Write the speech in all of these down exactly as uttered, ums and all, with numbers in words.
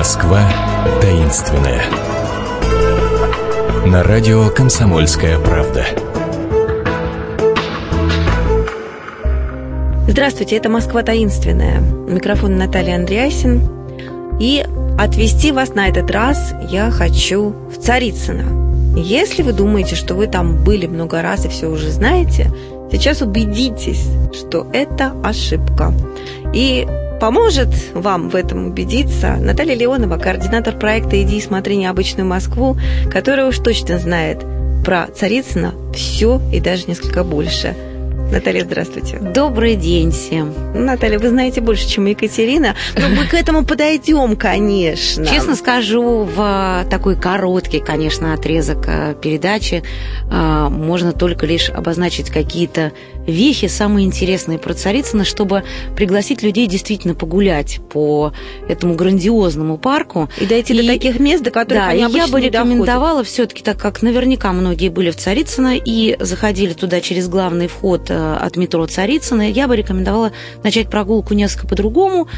Москва таинственная. На радио «Комсомольская правда». Здравствуйте, это «Москва таинственная». У микрофона Наталья Андреасин. И отвезти вас на этот раз я хочу в Царицыно. Если вы думаете, что вы там были много раз и все уже знаете, сейчас убедитесь, что это ошибка. И поможет вам в этом убедиться Наталья Леонова, координатор проекта «Иди и смотри необычную Москву», которая уж точно знает про Царицыно все и даже несколько больше. Наталья, здравствуйте. Добрый день всем. Наталья, вы знаете больше, чем Екатерина, но мы к этому подойдем, конечно. Честно скажу, в такой короткий, конечно, отрезок передачи можно только лишь обозначить какие-то вехи, самые интересные про Царицыно, чтобы пригласить людей действительно погулять по этому грандиозному парку. И дойти и, до таких мест, до которых да, они обычно я бы не рекомендовала все-таки, так как наверняка многие были в Царицыно и заходили туда через главный вход от метро Царицыно, я бы рекомендовала начать прогулку несколько по-другому,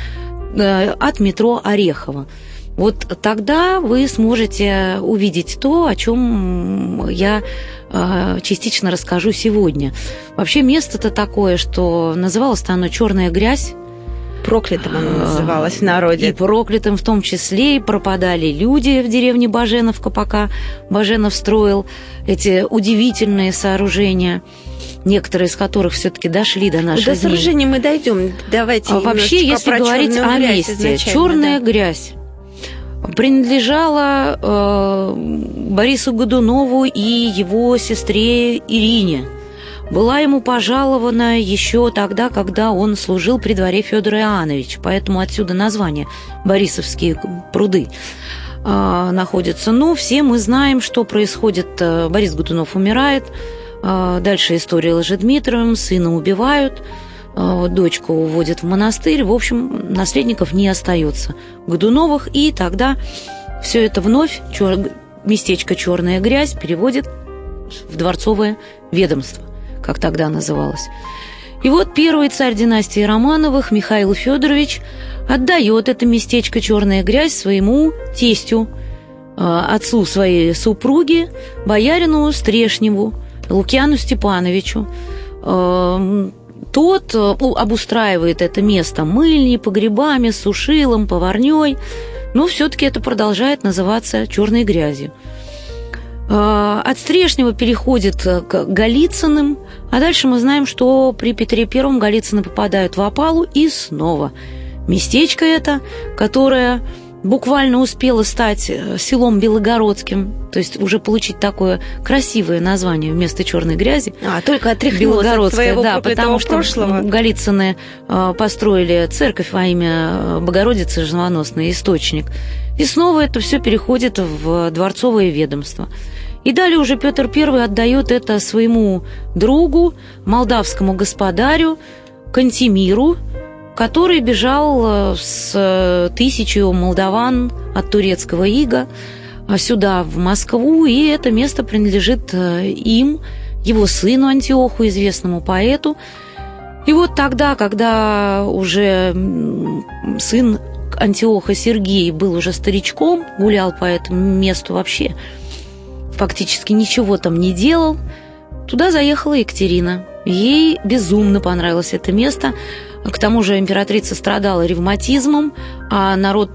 от метро Орехово. Вот тогда вы сможете увидеть то, о чем я частично расскажу сегодня. Вообще место-то такое, что называлось-то оно «Черная грязь». Проклятым оно называлось в народе. И проклятым в том числе, и пропадали люди в деревне Баженовка, пока Баженов строил эти удивительные сооружения, некоторые из которых все-таки дошли до наших дней. До сооружений мы дойдем. Давайте а вообще, если говорить о месте, «Черная да. грязь» принадлежала э, Борису Годунову и его сестре Ирине. Была ему пожалована еще тогда, когда он служил при дворе Федора Иоанновича, поэтому отсюда название «Борисовские пруды» э, находятся. Но все мы знаем, что происходит. Борис Годунов умирает, э, дальше история Ложедмитровым, сына убивают, дочку уводят в монастырь, в общем, наследников не остается Годуновых, и тогда все это вновь чер... местечко «Черная грязь» переводит в дворцовое ведомство, как тогда называлось. И вот первый царь династии Романовых, Михаил Федорович, отдает это местечко «Черная грязь» своему тестю, отцу своей супруги, боярину Стрешневу, Лукьяну Степановичу. Тот обустраивает это место мыльней, погребами, сушилом, поварней, но все-таки это продолжает называться «Черной грязью». От Стрешнева переходит к Голицыным, а дальше мы знаем, что при Петре Первом Голицыны попадают в опалу, и снова местечко это, которое буквально успело стать селом Белогородским, то есть уже получить такое красивое название вместо «Черной грязи». А, только отряхнулось от своего да, потому что прошлого. Голицыны построили церковь во имя Богородицы Живоносной, источник. И снова это все переходит в дворцовое ведомство. И далее уже Петр Первый отдает это своему другу, молдавскому господарю Кантемиру, который бежал с тысячей молдаван от турецкого ига сюда, в Москву, и это место принадлежит им, его сыну Антиоху, известному поэту. И вот тогда, когда уже сын Антиоха Сергей был уже старичком, гулял по этому месту вообще, фактически ничего там не делал, туда заехала Екатерина. Ей безумно понравилось это место. К тому же императрица страдала ревматизмом, а народ,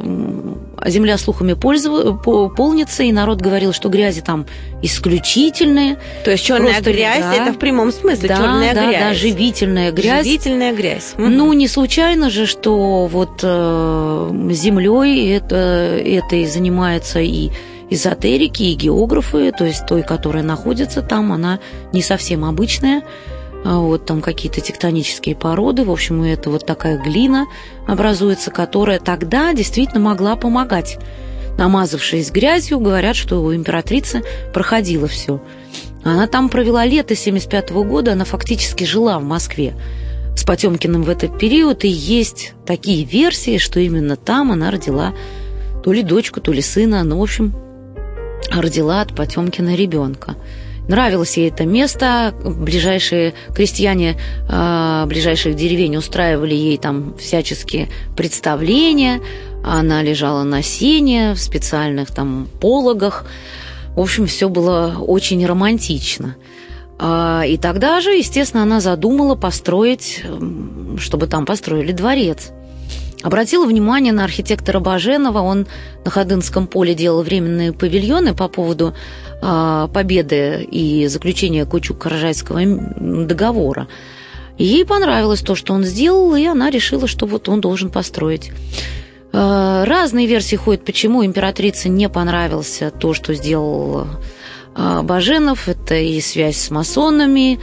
земля слухами полнится, и народ говорил, что грязи там исключительные. То есть черная Просто, грязь, да, это в прямом смысле, да, черная да, грязь. Да, живительная грязь. Живительная грязь. Ну, не случайно же, что вот э, землей это, этой занимаются и эзотерики, и географы, то есть той, которая находится там, она не совсем обычная. Вот там какие-то тектонические породы, в общем, это вот такая глина образуется, которая тогда действительно могла помогать. Намазавшись грязью, говорят, что у императрицы проходило все. Она там провела лето семьдесят пятого года, она фактически жила в Москве с Потемкиным в этот период, и есть такие версии, что именно там она родила то ли дочку, то ли сына, ну, в общем, родила от Потемкина ребенка. Нравилось ей это место, ближайшие крестьяне э, ближайших деревень устраивали ей там всяческие представления, она лежала на сене в специальных там пологах. В общем, все было очень романтично. И тогда же, естественно, она задумала построить, чтобы там построили дворец. Обратила внимание на архитектора Баженова. Он на Ходынском поле делал временные павильоны по поводу победы и заключения Кучук-Каражайского договора. И ей понравилось то, что он сделал, и она решила, что вот он должен построить. Разные версии ходят, почему императрице не понравился то, что сделал Баженов. Это и связь с масонами,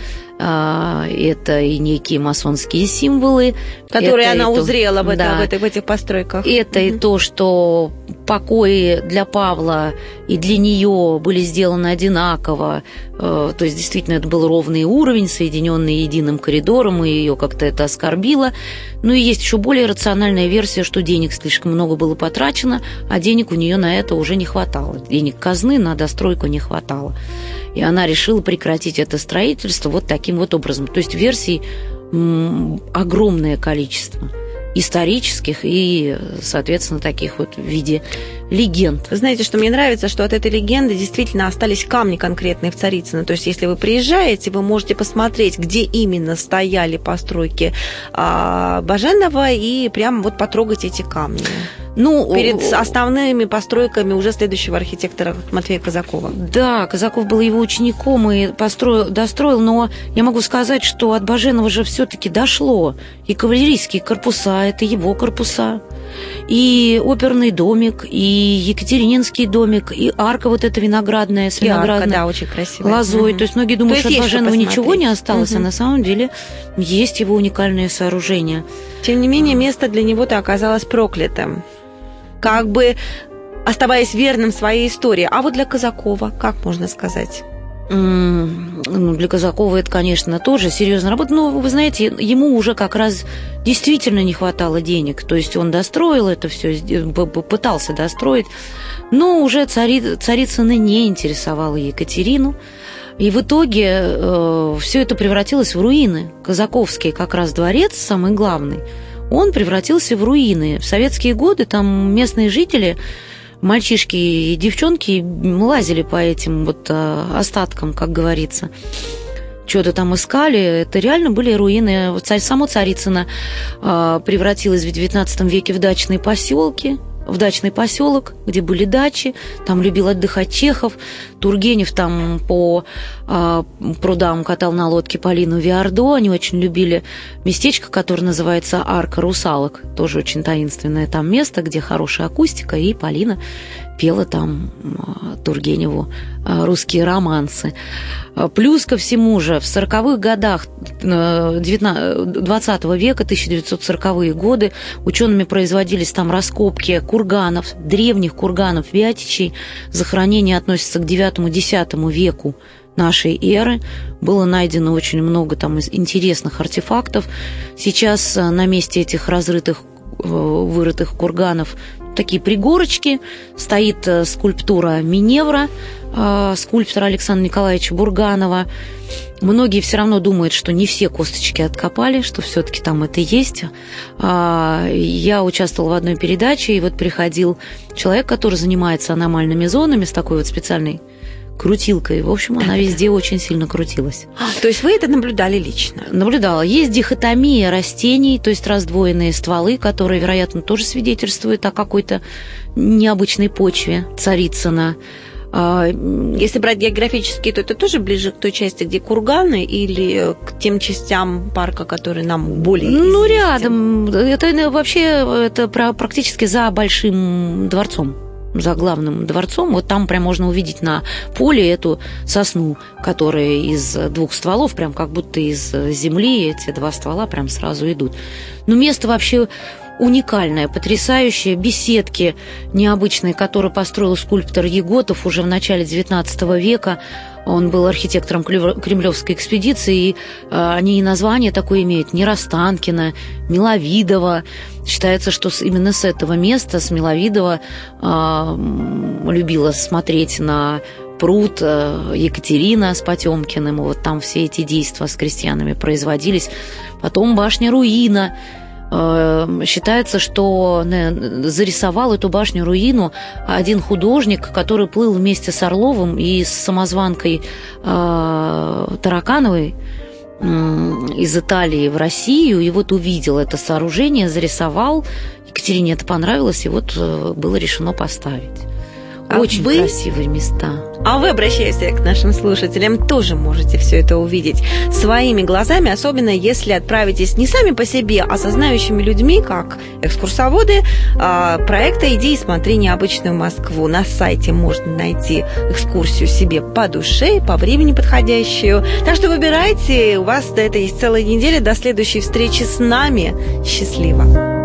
это и некие масонские символы. Которые это она то, узрела в, да, это, в, этой, в этих постройках. Это mm-hmm. и то, что покои для Павла и для нее были сделаны одинаково. То есть, действительно, это был ровный уровень, соединенный единым коридором, и ее как-то это оскорбило. Ну и есть еще более рациональная версия, что денег слишком много было потрачено, а денег у нее на это уже не хватало. Денег казны на достройку не хватало. И она решила прекратить это строительство вот таким вот образом. То есть версий м- огромное количество. Исторических и, соответственно, таких вот в виде легенд. Вы знаете, что мне нравится, что от этой легенды действительно остались камни конкретные в Царицыно. То есть, если вы приезжаете, вы можете посмотреть, где именно стояли постройки а, Баженова, и прямо вот потрогать эти камни. Ну, перед основными постройками уже следующего архитектора Матвея Казакова. Да, Казаков был его учеником и построил, достроил, но я могу сказать, что от Баженова же все-таки дошло. И кавалерийские корпуса – это его корпуса, и оперный домик, и Екатерининский домик, и арка вот эта виноградная с виноградной арка, да, очень красивая. Лозой. Угу. То есть многие думают, что от Баженова ничего не осталось, угу. а на самом деле есть его уникальное сооружение. Тем не менее, место для него-то оказалось проклятым, как бы оставаясь верным своей истории. А вот для Казакова, как можно сказать? Ну, для Казакова это, конечно, тоже серьезная работа. Но, вы знаете, ему уже как раз действительно не хватало денег. То есть он достроил это все, пытался достроить. Но уже цари, Царицыно не интересовала Екатерину. И в итоге э, все это превратилось в руины. Казаковский как раз дворец, самый главный, он превратился в руины. В советские годы там местные жители, мальчишки и девчонки, лазили по этим вот остаткам, как говорится. Что-то там искали. Это реально были руины. Само Царицыно превратилось в девятнадцатом веке в дачные поселки. В дачный поселок, где были дачи, там любил отдыхать Чехов, Тургенев там по э, прудам катал на лодке Полину Виардо, они очень любили местечко, которое называется Арка Русалок, тоже очень таинственное там место, где хорошая акустика, и Полина пела там э, Тургеневу э, русские романсы. Плюс ко всему же в сороковых годах двадцатого века, тысяча девятьсот сороковые годы, учеными производились там раскопки курганов, древних курганов, вятичей. Захоронения относятся к девятому-десятому веку нашей эры. Было найдено очень много там интересных артефактов. Сейчас на месте этих разрытых, вырытых курганов такие пригорочки, стоит скульптура Миневра, скульптора Александра Николаевича Бурганова. Многие все равно думают, что не все косточки откопали, что все-таки там это есть. Я участвовала в одной передаче, и вот приходил человек, который занимается аномальными зонами с такой вот специальной крутилкой. В общем, она везде очень сильно крутилась. А, то есть вы это наблюдали лично? Наблюдала. Есть дихотомия растений, то есть раздвоенные стволы, которые, вероятно, тоже свидетельствуют о какой-то необычной почве Царицына. Если брать географически, то это тоже ближе к той части, где курганы, или к тем частям парка, которые нам более известны? Ну, рядом. Это вообще это практически за Большим дворцом. За главным дворцом, вот там прям можно увидеть на поле эту сосну, которая из двух стволов, прям как будто из земли, эти два ствола прям сразу идут. Но место вообще уникальное, потрясающее, беседки необычные, которые построил скульптор Еготов уже в начале девятнадцатого века. Он был архитектором Кремлевской экспедиции, и они и название такое имеют: Нерастанкино, Миловидово. Считается, что именно с этого места, с Миловидова, любила смотреть на пруд Екатерина с Потемкиным, вот там все эти действия с крестьянами производились. Потом башня Руина. Считается, что зарисовал эту башню-руину один художник, который плыл вместе с Орловым и с самозванкой Таракановой из Италии в Россию, и вот увидел это сооружение, зарисовал. Екатерине это понравилось, и вот было решено поставить. А Очень вы... красивые места. А вы, обращаясь к нашим слушателям, тоже можете все это увидеть своими глазами, особенно если отправитесь не сами по себе, а со знающими людьми, как экскурсоводы проекта «Иди и смотри необычную Москву». На сайте можно найти экскурсию себе по душе, по времени подходящую. Так что выбирайте, у вас до этого есть целая неделя, до следующей встречи с нами. Счастливо!